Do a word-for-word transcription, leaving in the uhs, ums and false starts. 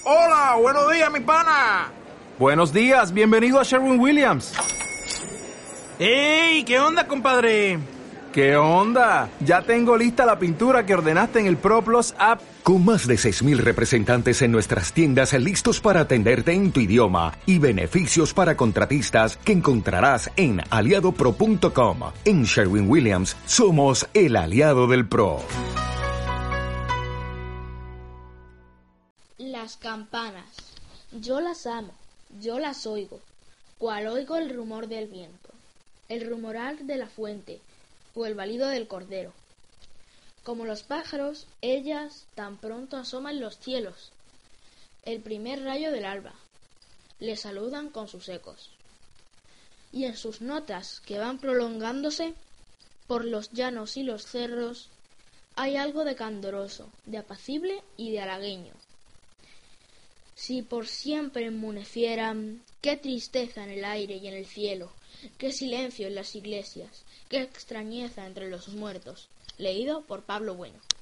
Hola, buenos días, mi pana. Buenos días, bienvenido a Sherwin-Williams. ¡Ey! ¿Qué onda, compadre? ¿Qué onda? Ya tengo lista la pintura que ordenaste en el ProPlus app. Con más de seis mil representantes en nuestras tiendas listos para atenderte en tu idioma y beneficios para contratistas que encontrarás en aliado pro punto com. En Sherwin-Williams somos el aliado del pro. Las campanas. Yo las amo, yo las oigo, cual oigo el rumor del viento, el rumorar de la fuente o el balido del cordero. Como los pájaros, ellas tan pronto asoman los cielos, el primer rayo del alba, le saludan con sus ecos. Y en sus notas que van prolongándose por los llanos y los cerros, hay algo de candoroso, de apacible y de halagueño. Si por siempre enmunecieran, qué tristeza en el aire y en el cielo, qué silencio en las iglesias, qué extrañeza entre los muertos. Leído por Pablo Bueno.